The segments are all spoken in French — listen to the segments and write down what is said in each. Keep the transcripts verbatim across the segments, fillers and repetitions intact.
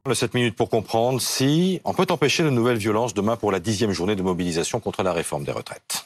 Le sept minutes pour comprendre si on peut empêcher de nouvelles violences demain pour la dixième journée de mobilisation contre la réforme des retraites.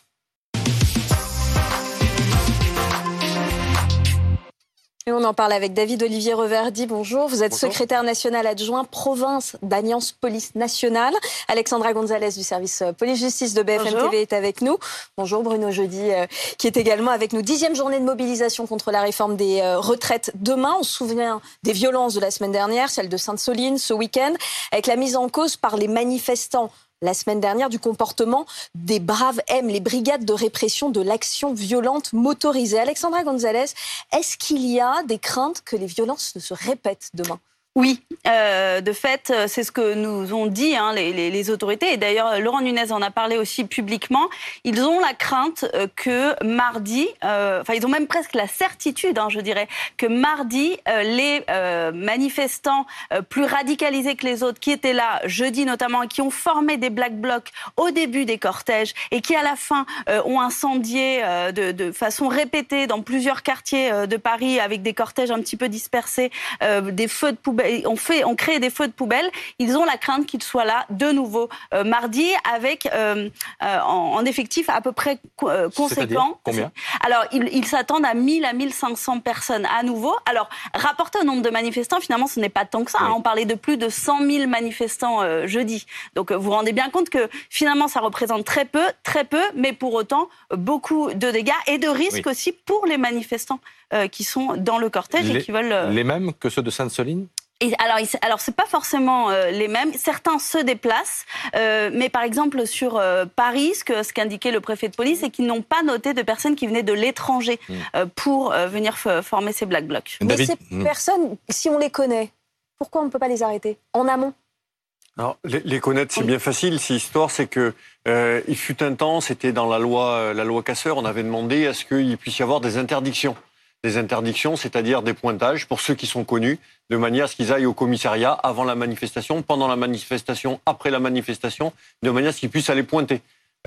Et on en parle avec David Olivier Reverdy. Bonjour, vous êtes Bonjour. secrétaire national adjoint province d'Alliance Police Nationale. Alexandra Gonzalez du service police-justice de B F M Bonjour. T V est avec nous. Bonjour Bruno Jeudi euh, qui est également avec nous. Dixième journée de mobilisation contre la réforme des euh, retraites demain. On se souvient des violences de la semaine dernière, celle de Sainte-Soline ce week-end, avec la mise en cause par les manifestants la semaine dernière du comportement des braves M, les brigades de répression de l'action violente motorisée. Alexandra Gonzalez, est-ce qu'il y a des craintes que les violences ne se répètent demain ? Oui, euh, de fait, c'est ce que nous ont dit hein, les, les, les autorités. Et d'ailleurs, Laurent Nunez en a parlé aussi publiquement. Ils ont la crainte que mardi, euh, enfin ils ont même presque la certitude, hein, je dirais, que mardi, euh, les euh, manifestants euh, plus radicalisés que les autres, qui étaient là jeudi notamment, et qui ont formé des black blocs au début des cortèges, et qui à la fin euh, ont incendié euh, de, de façon répétée dans plusieurs quartiers euh, de Paris, avec des cortèges un petit peu dispersés, euh, des feux de poubelle. On, fait, on crée des feux de poubelle. Ils ont la crainte qu'ils soient là de nouveau euh, mardi avec euh, euh, en, en effectif à peu près euh, conséquent. Combien ? Alors, ils, ils s'attendent à mille à mille cinq cents personnes à nouveau. Alors, rapporté au nombre de manifestants, finalement, ce n'est pas tant que ça. Oui. Hein. On parlait de plus de cent mille manifestants euh, jeudi. Donc, vous vous rendez bien compte que finalement, ça représente très peu, très peu, mais pour autant, beaucoup de dégâts et de risques oui. aussi pour les manifestants euh, qui sont dans le cortège les, et qui veulent... Euh... Les mêmes que ceux de Sainte-Soline ? Et alors, alors c'est pas forcément euh, les mêmes. Certains se déplacent, euh, mais par exemple sur euh, Paris, ce que ce qu'indiquait le préfet de police, c'est qu'ils n'ont pas noté de personnes qui venaient de l'étranger mmh. euh, pour euh, venir f- former ces black blocs. Mais David... ces personnes, si on les connaît, pourquoi on ne peut pas les arrêter en amont ? Alors, les, les connaître, c'est bien facile. Si l'histoire, c'est que euh, il fut un temps, c'était dans la loi, la loi Casseur, on avait demandé à ce qu'il puisse y avoir des interdictions. Des interdictions, c'est-à-dire des pointages pour ceux qui sont connus, de manière à ce qu'ils aillent au commissariat avant la manifestation, pendant la manifestation, après la manifestation, de manière à ce qu'ils puissent aller pointer.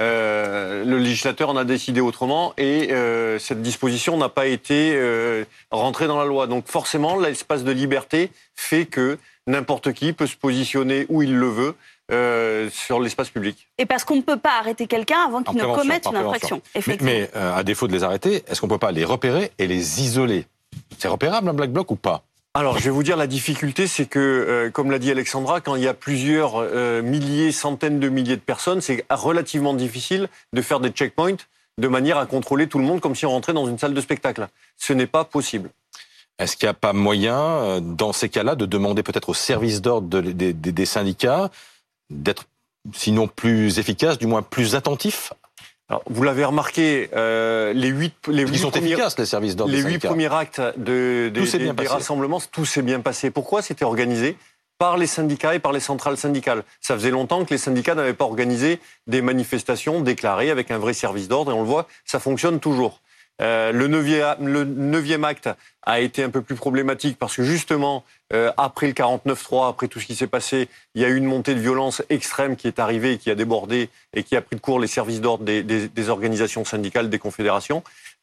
Euh, le législateur en a décidé autrement et euh, cette disposition n'a pas été euh, rentrée dans la loi. Donc forcément, l'espace de liberté fait que n'importe qui peut se positionner où il le veut euh, sur l'espace public. Et parce qu'on ne peut pas arrêter quelqu'un avant qu'il ne commette une infraction. Mais, mais euh, à défaut de les arrêter, est-ce qu'on ne peut pas les repérer et les isoler ? C'est repérable un black bloc ou pas ? Alors, je vais vous dire, la difficulté, c'est que, euh, comme l'a dit Alexandra, quand il y a plusieurs euh, milliers, centaines de milliers de personnes, c'est relativement difficile de faire des checkpoints de manière à contrôler tout le monde comme si on rentrait dans une salle de spectacle. Ce n'est pas possible. Est-ce qu'il n'y a pas moyen, dans ces cas-là, de demander peut-être aux services d'ordre de, de, de, des syndicats d'être, sinon plus efficaces, du moins plus attentifs ? Alors, vous l'avez remarqué, euh, les huit, les Ils huit sont premiers, efficaces, les services d'ordre les des huit premiers actes de, de, des, des rassemblements, tout s'est bien passé. Pourquoi ? C'était organisé par les syndicats et par les centrales syndicales. Ça faisait longtemps que les syndicats n'avaient pas organisé des manifestations déclarées avec un vrai service d'ordre, et on le voit, ça fonctionne toujours. Euh, le neuvième, le neuvième acte a été un peu plus problématique parce que justement, euh, après le quarante-neuf trois, après tout ce qui s'est passé, il y a eu une montée de violence extrême qui est arrivée, qui a débordé et qui a pris de court les services d'ordre des, des, des organisations syndicales, des confédérations.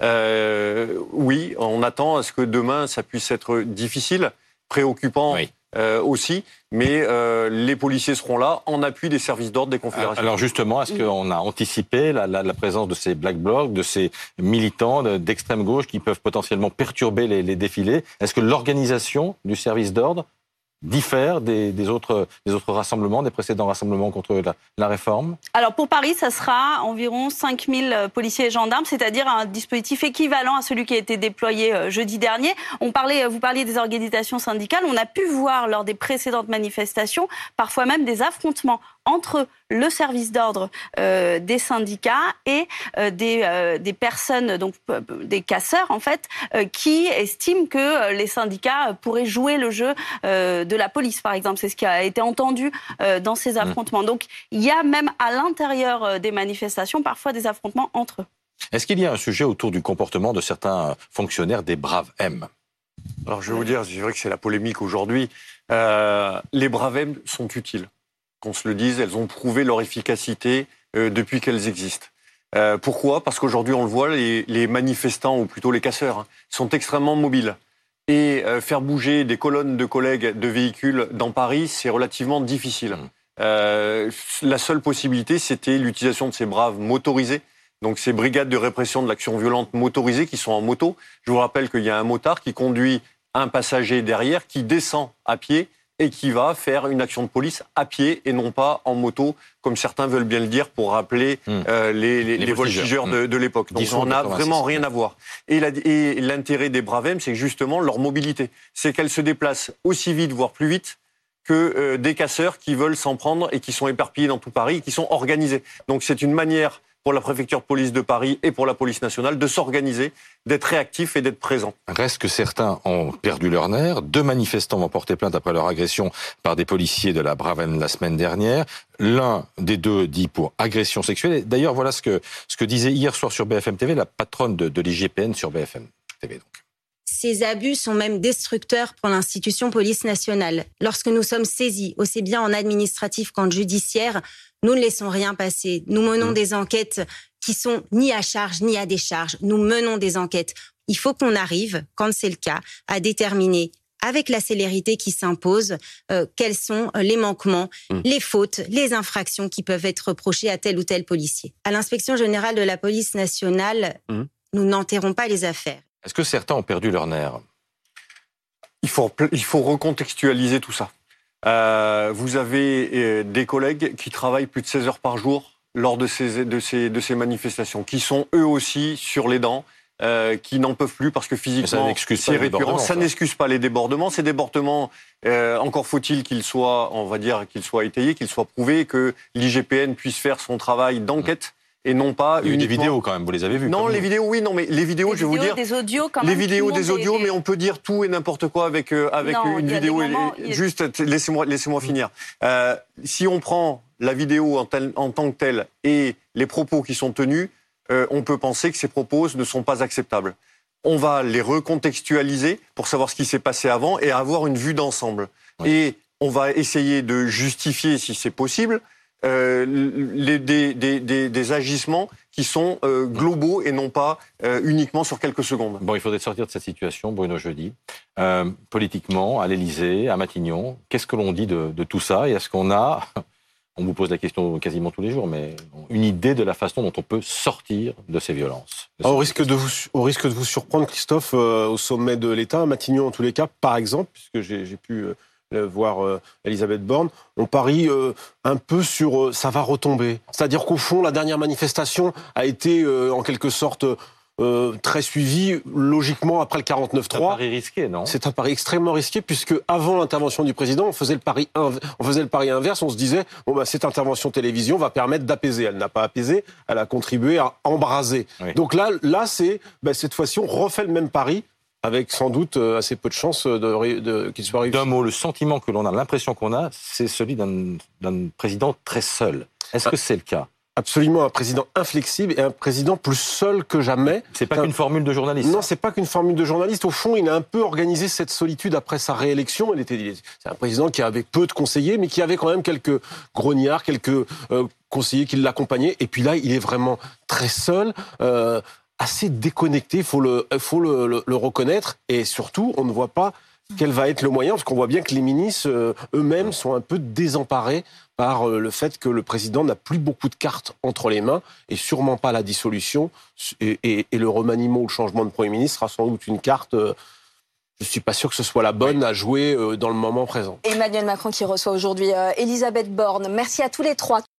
Euh, oui, on attend à ce que demain, ça puisse être difficile, préoccupant. Oui. Euh, aussi, mais euh, les policiers seront là en appui des services d'ordre des confédérations. Alors justement, est-ce qu'on a anticipé la, la, la présence de ces black blocs, de ces militants d'extrême gauche qui peuvent potentiellement perturber les, les défilés ? Est-ce que l'organisation du service d'ordre diffère des, des, autres, des autres rassemblements, des précédents rassemblements contre la, la réforme ? Alors pour Paris, ça sera environ cinq mille policiers et gendarmes, c'est-à-dire un dispositif équivalent à celui qui a été déployé jeudi dernier. On parlait, vous parliez des organisations syndicales, on a pu voir lors des précédentes manifestations, parfois même des affrontements entre le service d'ordre euh, des syndicats et euh, des, euh, des personnes, donc euh, des casseurs en fait, euh, qui estiment que euh, les syndicats pourraient jouer le jeu euh, de la police, par exemple. C'est ce qui a été entendu euh, dans ces affrontements. Mmh. Donc il y a même à l'intérieur euh, des manifestations parfois des affrontements entre eux. Est-ce qu'il y a un sujet autour du comportement de certains fonctionnaires des braves M ? Alors je vais vous dire, c'est vrai que c'est la polémique aujourd'hui. Euh, les braves M sont utiles. Qu'on se le dise, elles ont prouvé leur efficacité euh, depuis qu'elles existent. Euh, pourquoi ? Parce qu'aujourd'hui, on le voit, les, les manifestants, ou plutôt les casseurs, hein, sont extrêmement mobiles. Et euh, faire bouger des colonnes de collègues de véhicules dans Paris, c'est relativement difficile. Mmh. Euh, la seule possibilité, c'était l'utilisation de ces braves motorisés, donc ces brigades de répression de l'action violente motorisées qui sont en moto. Je vous rappelle qu'il y a un motard qui conduit un passager derrière, qui descend à pied et qui va faire une action de police à pied et non pas en moto, comme certains veulent bien le dire, pour rappeler mmh. euh, les, les, les, les voltigeurs de, de l'époque. Donc on n'a vraiment rien à voir. Et, la, et l'intérêt des Bravem, c'est justement leur mobilité. C'est qu'elles se déplacent aussi vite, voire plus vite, que euh, des casseurs qui veulent s'en prendre et qui sont éparpillés dans tout Paris et qui sont organisés. Donc c'est une manière pour la préfecture de police de Paris et pour la police nationale de s'organiser, d'être réactifs et d'être présents. Reste que certains ont perdu leur nerf. Deux manifestants vont porter plainte après leur agression par des policiers de la Bravem la semaine dernière. L'un des deux dit pour agression sexuelle. Et d'ailleurs, voilà ce que, ce que disait hier soir sur B F M T V la patronne de, de l'I G P N sur B F M T V. Donc. Ces abus sont même destructeurs pour l'institution police nationale. Lorsque nous sommes saisis, aussi bien en administratif qu'en judiciaire, nous ne laissons rien passer. Nous menons mmh. des enquêtes qui sont ni à charge ni à décharge. Nous menons des enquêtes. Il faut qu'on arrive, quand c'est le cas, à déterminer avec la célérité qui s'impose euh, quels sont les manquements, mmh. les fautes, les infractions qui peuvent être reprochées à tel ou tel policier. À l'inspection générale de la police nationale, mmh. nous n'enterrons pas les affaires. Est-ce que certains ont perdu leur nerf ? Il faut, il faut recontextualiser tout ça. Euh, vous avez euh, des collègues qui travaillent plus de seize heures par jour lors de ces, de ces, de ces manifestations, qui sont eux aussi sur les dents, euh, qui n'en peuvent plus parce que physiquement, c'est récurrent. Ça, ça n'excuse pas les débordements. Ces débordements, euh, encore faut-il qu'ils soient, on va dire, qu'ils soient étayés, qu'ils soient prouvés, que l'I G P N puisse faire son travail d'enquête. Mmh. Et non pas il y a eu des vidéos quand même, vous les avez vues? Non, les nous. vidéos, oui, non, mais les vidéos, les je vais vidéos, vous dire... des audios quand même. Les vidéos, des audios, mais on peut dire tout et n'importe quoi avec, euh, avec non, une vidéo. Moments, et, a... Juste, laissez-moi, laissez-moi mmh. finir. Euh, si on prend la vidéo en, tel, en tant que telle et les propos qui sont tenus, euh, on peut penser que ces propos ne sont pas acceptables. On va les recontextualiser pour savoir ce qui s'est passé avant et avoir une vue d'ensemble. Oui. Et on va essayer de justifier, si c'est possible, Euh, les, des, des, des, des agissements qui sont euh, globaux et non pas euh, uniquement sur quelques secondes. Bon, il faudrait sortir de cette situation, Bruno Jeudi. Euh, politiquement, à l'Élysée, à Matignon, qu'est-ce que l'on dit de, de tout ça? Et est-ce qu'on a, on vous pose la question quasiment tous les jours, mais une idée de la façon dont on peut sortir de ces violences? De au, risque de vous, au risque de vous surprendre, Christophe, euh, au sommet de l'État, à Matignon en tous les cas, par exemple, puisque j'ai, j'ai pu... Euh, voir euh, Elisabeth Borne, on parie euh, un peu sur euh, ça va retomber. C'est-à-dire qu'au fond, la dernière manifestation a été euh, en quelque sorte euh, très suivie logiquement après le quarante-neuf trois. C'est un pari risqué, non? C'est un pari extrêmement risqué puisque avant l'intervention du président, on faisait le pari, inv- on faisait le pari inverse. On se disait bon bah cette intervention télévision va permettre d'apaiser. Elle n'a pas apaisé, elle a contribué à embraser. Oui. Donc là, là c'est bah, cette fois-ci on refait le même pari, avec sans doute assez peu de chances de, de, qu'il soit réussi. D'un mot, le sentiment que l'on a, l'impression qu'on a, c'est celui d'un, d'un président très seul. Est-ce que c'est le cas? Absolument, un président inflexible et un président plus seul que jamais. C'est pas un... qu'une formule de journaliste. Non, c'est pas qu'une formule de journaliste. Au fond, il a un peu organisé cette solitude après sa réélection. Il était, c'est un président qui avait peu de conseillers, mais qui avait quand même quelques grognards, quelques euh, conseillers qui l'accompagnaient. Et puis là, il est vraiment très seul. Euh, assez déconnecté, il faut, le, faut le, le, le reconnaître, et surtout, on ne voit pas quel va être le moyen, parce qu'on voit bien que les ministres euh, eux-mêmes sont un peu désemparés par euh, le fait que le président n'a plus beaucoup de cartes entre les mains, et sûrement pas la dissolution, et, et, et le remaniement ou le changement de Premier ministre sera sans doute une carte... Euh, je ne suis pas sûr que ce soit la bonne à jouer euh, dans le moment présent. Emmanuel Macron qui reçoit aujourd'hui euh, Elisabeth Borne. Merci à tous les trois.